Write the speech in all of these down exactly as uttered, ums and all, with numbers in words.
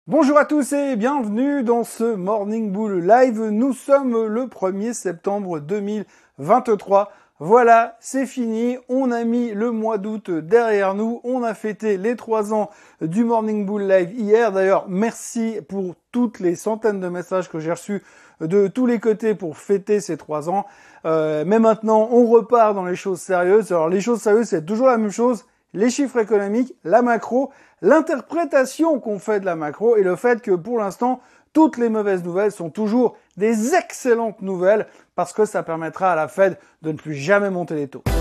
Bonjour à tous et bienvenue dans ce Morning Bull Live. Nous sommes le premier septembre deux mille vingt-trois. Voilà, c'est fini. On a mis le mois d'août derrière nous. On a fêté les trois ans du Morning Bull Live hier. D'ailleurs, merci pour toutes les centaines de messages que j'ai reçus de tous les côtés pour fêter ces trois ans. Euh, mais maintenant, on repart dans les choses sérieuses. Alors, les choses sérieuses, c'est toujours la même chose. Les chiffres économiques, la macro, l'interprétation qu'on fait de la macro et le fait que pour l'instant, toutes les mauvaises nouvelles sont toujours des excellentes nouvelles parce que ça permettra à la Fed de ne plus jamais monter les taux.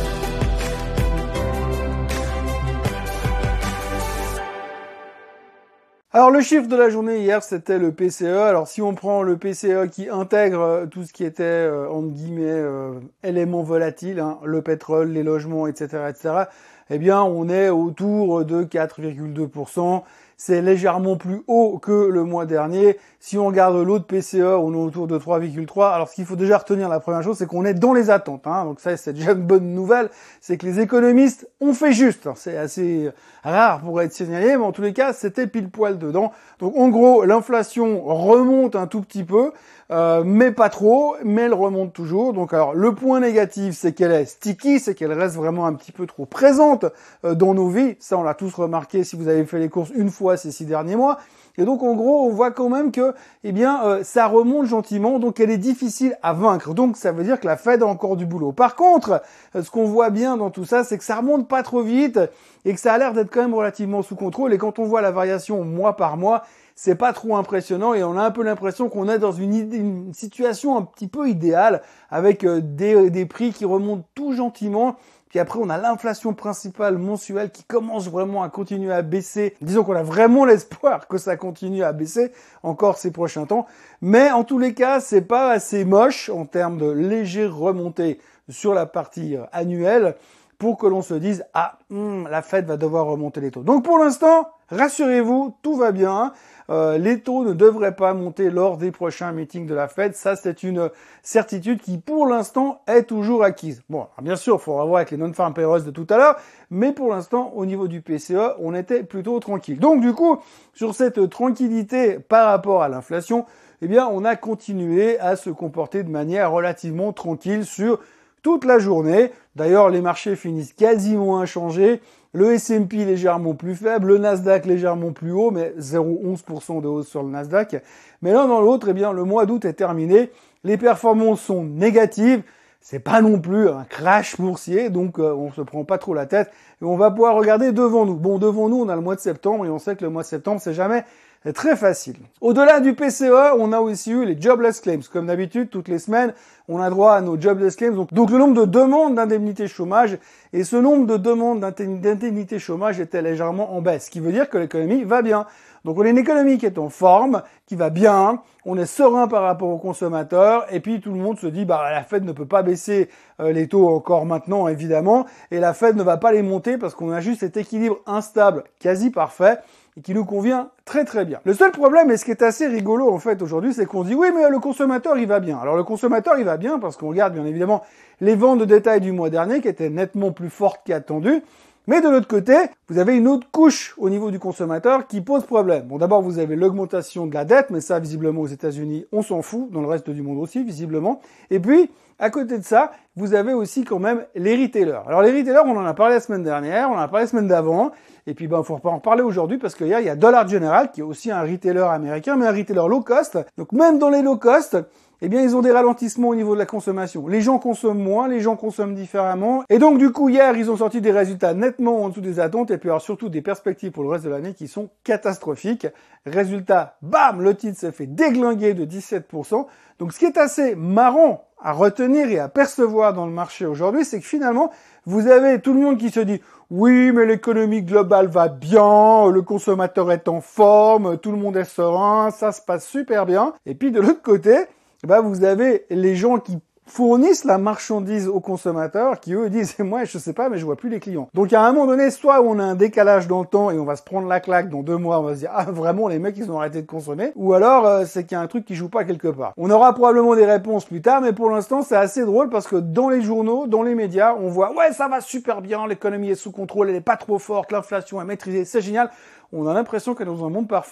Alors le chiffre de la journée hier, c'était le P C E. Alors si on prend le P C E qui intègre tout ce qui était, euh, entre guillemets, euh, éléments volatiles, hein, le pétrole, les logements, et cetera, et cetera, eh bien on est autour de quatre virgule deux pour cent. C'est légèrement plus haut que le mois dernier. Si on regarde l'autre P C E, on est autour de trois virgule trois. Alors, ce qu'il faut déjà retenir, la première chose, c'est qu'on est dans les attentes. Hein. Donc ça, c'est déjà une bonne nouvelle. C'est que les économistes ont fait juste. C'est assez rare pour être signalé, mais en tous les cas, c'était pile poil dedans. Donc, en gros, l'inflation remonte un tout petit peu, euh, mais pas trop, mais elle remonte toujours. Donc, alors, le point négatif, c'est qu'elle est sticky, c'est qu'elle reste vraiment un petit peu trop présente euh, dans nos vies. Ça, on l'a tous remarqué si vous avez fait les courses une fois ces six derniers mois. Et donc, en gros, on voit quand même que, eh bien, euh, ça remonte gentiment, donc elle est difficile à vaincre. Donc, ça veut dire que la Fed a encore du boulot. Par contre, euh, ce qu'on voit bien dans tout ça, c'est que ça remonte pas trop vite et que ça a l'air d'être quand même relativement sous contrôle. Et quand on voit la variation mois par mois, c'est pas trop impressionnant et on a un peu l'impression qu'on est dans une, une situation un petit peu idéale avec euh, des, des prix qui remontent tout gentiment. Puis après, on a l'inflation principale mensuelle qui commence vraiment à continuer à baisser. Disons qu'on a vraiment l'espoir que ça continue à baisser encore ces prochains temps. Mais en tous les cas, c'est pas assez moche en termes de légère remontée sur la partie annuelle pour que l'on se dise « Ah, hum, la Fed va devoir remonter les taux ». Donc pour l'instant, rassurez-vous, tout va bien. Euh, les taux ne devraient pas monter lors des prochains meetings de la Fed. Ça, c'est une certitude qui, pour l'instant, est toujours acquise. Bon, alors bien sûr, il faudra voir avec les non-farm payrolls de tout à l'heure, mais pour l'instant, au niveau du P C E, on était plutôt tranquille. Donc, du coup, sur cette tranquillité par rapport à l'inflation, eh bien, on a continué à se comporter de manière relativement tranquille sur toute la journée. D'ailleurs, les marchés finissent quasiment inchangés. Le S and P légèrement plus faible, le Nasdaq légèrement plus haut, mais zéro virgule onze pour cent de hausse sur le Nasdaq. Mais l'un dans l'autre, eh bien, le mois d'août est terminé. Les performances sont négatives. C'est pas non plus un crash boursier, donc euh, on se prend pas trop la tête. Et on va pouvoir regarder devant nous. Bon, devant nous, on a le mois de septembre et on sait que le mois de septembre, c'est jamais très facile. Au-delà du P C E, on a aussi eu les jobless claims. Comme d'habitude, toutes les semaines, on a droit à nos jobless claims. Donc, donc le nombre de demandes d'indemnité chômage et ce nombre de demandes d'indemnité chômage était légèrement en baisse, ce qui veut dire que l'économie va bien. Donc on a une économie qui est en forme, qui va bien, on est serein par rapport aux consommateurs, et puis tout le monde se dit bah la Fed ne peut pas baisser euh, les taux encore maintenant évidemment, et la Fed ne va pas les monter parce qu'on a juste cet équilibre instable, quasi parfait, et qui nous convient très très bien. Le seul problème, et ce qui est assez rigolo en fait aujourd'hui, c'est qu'on dit oui mais le consommateur il va bien. Alors le consommateur il va bien parce qu'on regarde bien évidemment les ventes de détail du mois dernier qui étaient nettement plus fortes qu'attendues. Mais de l'autre côté, vous avez une autre couche au niveau du consommateur qui pose problème. Bon, d'abord, vous avez l'augmentation de la dette, mais ça, visiblement, aux États-Unis, on s'en fout, dans le reste du monde aussi, visiblement. Et puis, à côté de ça, vous avez aussi quand même les retailers. Alors, les retailers, on en a parlé la semaine dernière, on en a parlé la semaine d'avant, et puis, ben, il faut pas en parler aujourd'hui parce qu'il y a, il y a Dollar General, qui est aussi un retailer américain, mais un retailer low cost. Donc, même dans les low cost, eh bien, ils ont des ralentissements au niveau de la consommation. Les gens consomment moins, les gens consomment différemment. Et donc, du coup, hier, ils ont sorti des résultats nettement en dessous des attentes et puis alors surtout des perspectives pour le reste de l'année qui sont catastrophiques. Résultat, bam, le titre s'est fait déglinguer de dix-sept pour cent. Donc, ce qui est assez marrant à retenir et à percevoir dans le marché aujourd'hui, c'est que finalement, vous avez tout le monde qui se dit « Oui, mais l'économie globale va bien, le consommateur est en forme, tout le monde est serein, ça se passe super bien. » Et puis, de l'autre côté, bah, vous avez les gens qui fournissent la marchandise aux consommateurs qui, eux, disent « Moi, je sais pas, mais je vois plus les clients. » Donc, à un moment donné, soit on a un décalage dans le temps et on va se prendre la claque dans deux mois, on va se dire « Ah, vraiment, les mecs, ils ont arrêté de consommer. » Ou alors, euh, c'est qu'il y a un truc qui joue pas quelque part. On aura probablement des réponses plus tard, mais pour l'instant, c'est assez drôle parce que dans les journaux, dans les médias, on voit « Ouais, ça va super bien, l'économie est sous contrôle, elle est pas trop forte, l'inflation est maîtrisée, c'est génial. » On a l'impression qu'on est dans un monde parfait.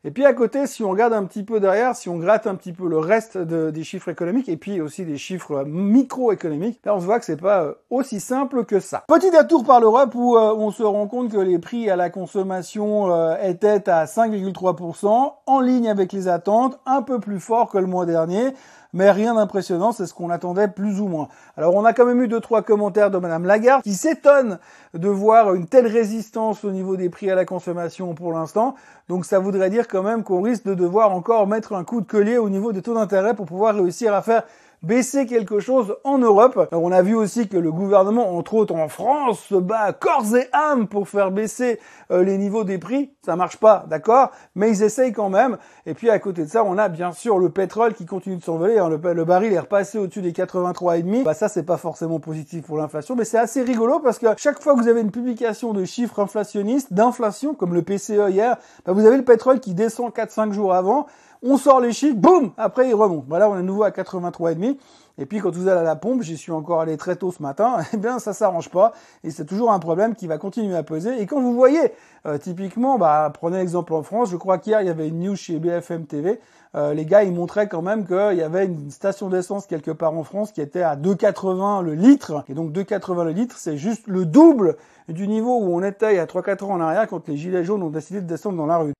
Et puis à côté, si on regarde un petit peu derrière, si on gratte un petit peu le reste de, des chiffres économiques et puis aussi des chiffres microéconomiques, là on se voit que c'est pas aussi simple que ça. Petit détour par l'Europe où euh, on se rend compte que les prix à la consommation euh, étaient à cinq virgule trois pour cent, en ligne avec les attentes, un peu plus fort que le mois dernier. Mais rien d'impressionnant, c'est ce qu'on attendait plus ou moins. Alors on a quand même eu deux trois commentaires de Madame Lagarde qui s'étonne de voir une telle résistance au niveau des prix à la consommation pour l'instant. Donc ça voudrait dire quand même qu'on risque de devoir encore mettre un coup de collier au niveau des taux d'intérêt pour pouvoir réussir à faire baisser quelque chose en Europe. Alors on a vu aussi que le gouvernement, entre autres en France, se bat corps et âme pour faire baisser euh, les niveaux des prix. Ça marche pas, d'accord, mais ils essayent quand même. Et puis à côté de ça, on a bien sûr le pétrole qui continue de s'envoler. Hein. Le, le baril est repassé au-dessus des quatre-vingt-trois virgule cinq. Bah ça, c'est pas forcément positif pour l'inflation, mais c'est assez rigolo parce que chaque fois que vous avez une publication de chiffres inflationnistes, d'inflation, comme le P C E hier, bah vous avez le pétrole qui descend quatre cinq jours avant. On sort les chiffres, boum, après il remonte. Voilà, on est nouveau à quatre-vingt-trois virgule cinq. Et puis quand vous allez à la pompe, j'y suis encore allé très tôt ce matin, eh bien ça s'arrange pas. Et c'est toujours un problème qui va continuer à peser. Et quand vous voyez, euh, typiquement, bah prenez l'exemple en France, je crois qu'hier il y avait une news chez B F M T V. Euh, les gars, ils montraient quand même qu'il y avait une station d'essence quelque part en France qui était à deux quatre-vingts le litre. Et donc deux quatre-vingts le litre, c'est juste le double du niveau où on était il y a trois quatre ans en arrière quand les gilets jaunes ont décidé de descendre dans la rue.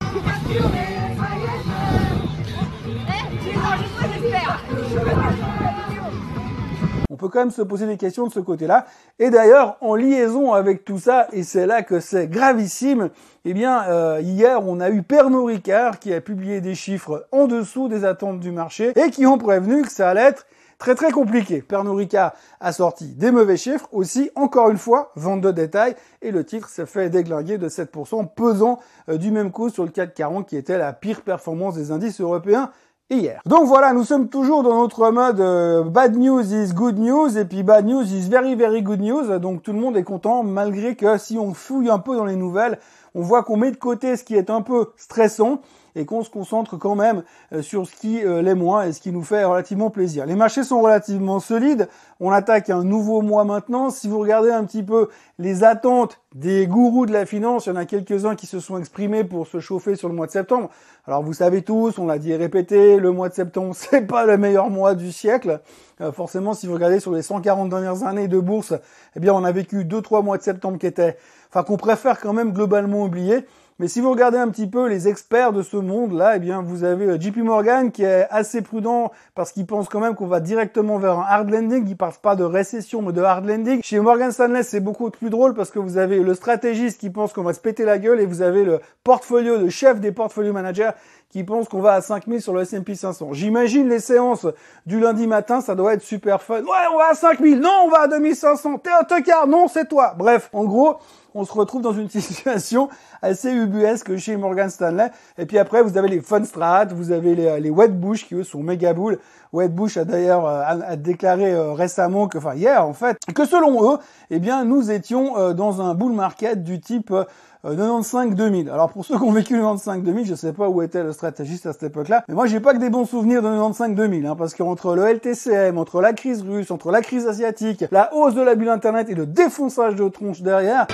On peut quand même se poser des questions de ce côté-là. Et d'ailleurs, en liaison avec tout ça, et c'est là que c'est gravissime, eh bien, euh, hier, on a eu Pernod Ricard qui a publié des chiffres en dessous des attentes du marché et qui ont prévenu que ça allait être très très compliqué. Pernod Ricard a sorti des mauvais chiffres, aussi, encore une fois, vente de détail, et le titre s'est fait déglinguer de sept pour cent, pesant euh, du même coup sur le CAC quarante qui était la pire performance des indices européens hier. Donc voilà, nous sommes toujours dans notre mode euh, bad news is good news et puis bad news is very very good news. Donc tout le monde est content malgré que si on fouille un peu dans les nouvelles, on voit qu'on met de côté ce qui est un peu stressant et qu'on se concentre quand même euh, sur ce qui euh, l'est moins et ce qui nous fait relativement plaisir. Les marchés sont relativement solides. On attaque un nouveau mois maintenant. Si vous regardez un petit peu les attentes des gourous de la finance, il y en a quelques-uns qui se sont exprimés pour se chauffer sur le mois de septembre. Alors vous savez tous, on l'a dit et répété, le mois de septembre, c'est pas le meilleur mois du siècle. Euh, forcément, si vous regardez sur les cent quarante dernières années de bourse, eh bien on a vécu deux trois mois de septembre qui étaient, enfin qu'on préfère quand même globalement oublier. Mais si vous regardez un petit peu les experts de ce monde-là, eh bien, vous avez J P Morgan qui est assez prudent parce qu'il pense quand même qu'on va directement vers un hard landing. Il parle pas de récession, mais de hard landing. Chez Morgan Stanley, c'est beaucoup plus drôle parce que vous avez le stratégiste qui pense qu'on va se péter la gueule et vous avez le portfolio, le chef des portfolio managers qui pense qu'on va à cinq mille sur le S and P cinq cents. J'imagine les séances du lundi matin, ça doit être super fun. Ouais, on va à cinq mille. Non, on va à deux mille cinq cents. T'es un tocard. Non, c'est toi. Bref, en gros, on se retrouve dans une situation assez ubuesque chez Morgan Stanley. Et puis après, vous avez les fun strat, vous avez les, les Wedbush qui eux sont méga bulles. Wedbush a d'ailleurs euh, a, a déclaré euh, récemment que, enfin hier en fait, que selon eux, eh bien nous étions euh, dans un bull market du type euh, quatre-vingt-quinze deux mille. Alors pour ceux qui ont vécu le quatre-vingt-quinze deux mille, je sais pas où était le stratégiste à cette époque-là, mais moi j'ai pas que des bons souvenirs de quatre-vingt-quinze deux mille, hein, parce qu'entre le L T C M, entre la crise russe, entre la crise asiatique, la hausse de la bulle internet et le défonçage de tronche derrière.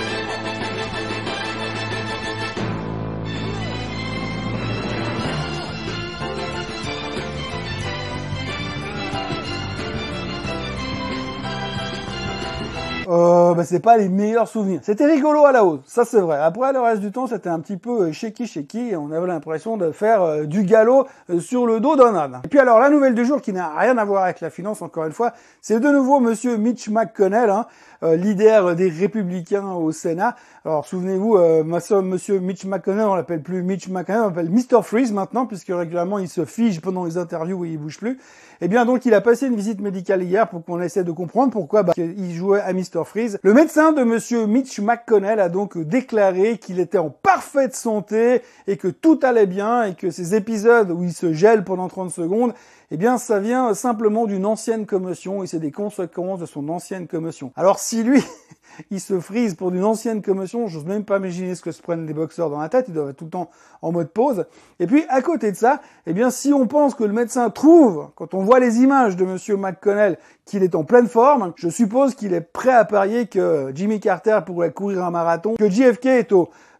Euh, bah, c'est pas les meilleurs souvenirs. C'était rigolo à la hausse, ça c'est vrai. Après, le reste du temps, c'était un petit peu euh, shaky shaky et on avait l'impression de faire euh, du galop euh, sur le dos d'un âne. Et puis alors, la nouvelle du jour qui n'a rien à voir avec la finance, encore une fois, c'est de nouveau monsieur Mitch McConnell, hein, euh, leader des Républicains au Sénat. Alors, souvenez-vous, euh, monsieur Mitch McConnell, on l'appelle plus Mitch McConnell, on l'appelle mister Freeze maintenant, puisque régulièrement, il se fige pendant les interviews où il bouge plus. Eh bien, donc, il a passé une visite médicale hier pour qu'on essaie de comprendre pourquoi bah, il jouait à mister Freeze. Le médecin de monsieur Mitch McConnell a donc déclaré qu'il était en parfaite santé et que tout allait bien et que ces épisodes où il se gèle pendant trente secondes, eh bien, ça vient simplement d'une ancienne commotion et c'est des conséquences de son ancienne commotion. Alors, si lui, il se frise pour d'une ancienne commotion, j'ose même pas imaginer ce que se prennent les boxeurs dans la tête, ils doivent être tout le temps en mode pause. Et puis, à côté de ça, eh bien, si on pense que le médecin trouve, quand on voit les images de monsieur McConnell, qu'il est en pleine forme, je suppose qu'il est prêt à parier que Jimmy Carter pourrait courir un marathon, que J F K est au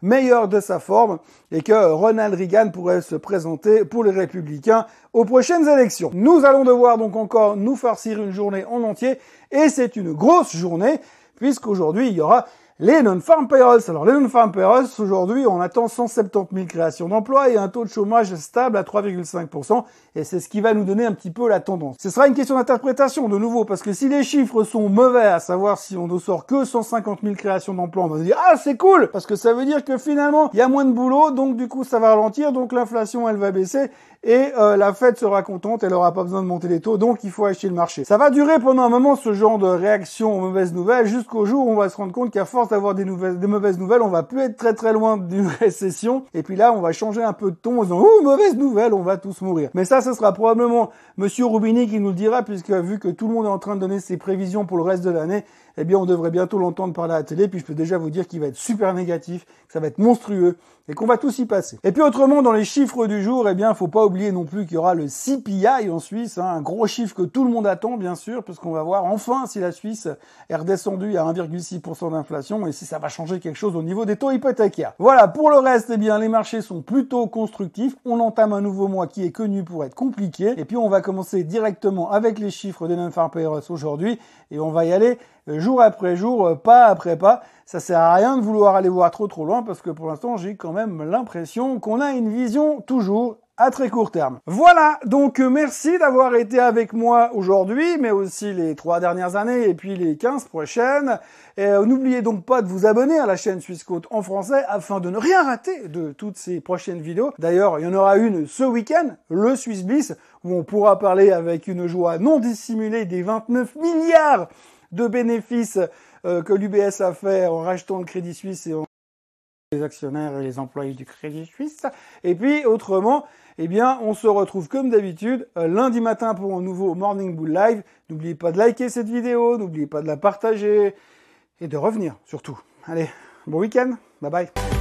meilleur de sa forme et que Ronald Reagan pourrait se présenter pour les Républicains aux prochaines élections. Nous allons devoir donc encore nous farcir une journée en entier et c'est une grosse journée puisqu'aujourd'hui il y aura les non-farm payrolls. Alors les non-farm payrolls, aujourd'hui on attend cent soixante-dix mille créations d'emplois et un taux de chômage stable à trois virgule cinq pour cent et c'est ce qui va nous donner un petit peu la tendance. Ce sera une question d'interprétation de nouveau parce que si les chiffres sont mauvais, à savoir si on ne sort que cent cinquante mille créations d'emplois, on va se dire ah c'est cool parce que ça veut dire que finalement il y a moins de boulot donc du coup ça va ralentir donc l'inflation elle va baisser et euh, la Fed sera contente, elle aura pas besoin de monter les taux donc il faut acheter le marché. Ça va durer pendant un moment ce genre de réaction aux mauvaises nouvelles jusqu'au jour où on va se rendre compte qu'à force d'avoir des nouvelles, des mauvaises nouvelles, on va plus être très très loin d'une récession et puis là on va changer un peu de ton en disant ouh mauvaise nouvelle, on va tous mourir. Mais ça ce sera probablement Monsieur Roubini qui nous le dira puisque vu que tout le monde est en train de donner ses prévisions pour le reste de l'année, eh bien on devrait bientôt l'entendre parler à la télé, puis je peux déjà vous dire qu'il va être super négatif, que ça va être monstrueux, et qu'on va tous y passer. Et puis autrement, dans les chiffres du jour, eh bien faut pas oublier non plus qu'il y aura le C P I en Suisse, hein, un gros chiffre que tout le monde attend bien sûr, parce qu'on va voir enfin si la Suisse est redescendue à un virgule six pour cent d'inflation, et si ça va changer quelque chose au niveau des taux hypothécaires. Voilà, pour le reste, eh bien les marchés sont plutôt constructifs, on entame un nouveau mois qui est connu pour être compliqué, et puis on va commencer directement avec les chiffres des non-farm payrolls aujourd'hui, et on va y aller jour après jour, pas après pas. Ça sert à rien de vouloir aller voir trop trop loin parce que pour l'instant, j'ai quand même l'impression qu'on a une vision toujours à très court terme. Voilà, donc merci d'avoir été avec moi aujourd'hui, mais aussi les trois dernières années et puis les quinze prochaines. Et euh, n'oubliez donc pas de vous abonner à la chaîne Swissquote en français afin de ne rien rater de toutes ces prochaines vidéos. D'ailleurs, il y en aura une ce week-end, le Swiss Bliss, où on pourra parler avec une joie non dissimulée des vingt-neuf milliards de bénéfices euh, que l'U B S a fait en rachetant le Crédit Suisse et en les actionnaires et les employés du Crédit Suisse. Et puis, autrement, eh bien, on se retrouve comme d'habitude euh, lundi matin pour un nouveau Morning Bull Live. N'oubliez pas de liker cette vidéo, n'oubliez pas de la partager et de revenir surtout. Allez, bon week-end, bye bye.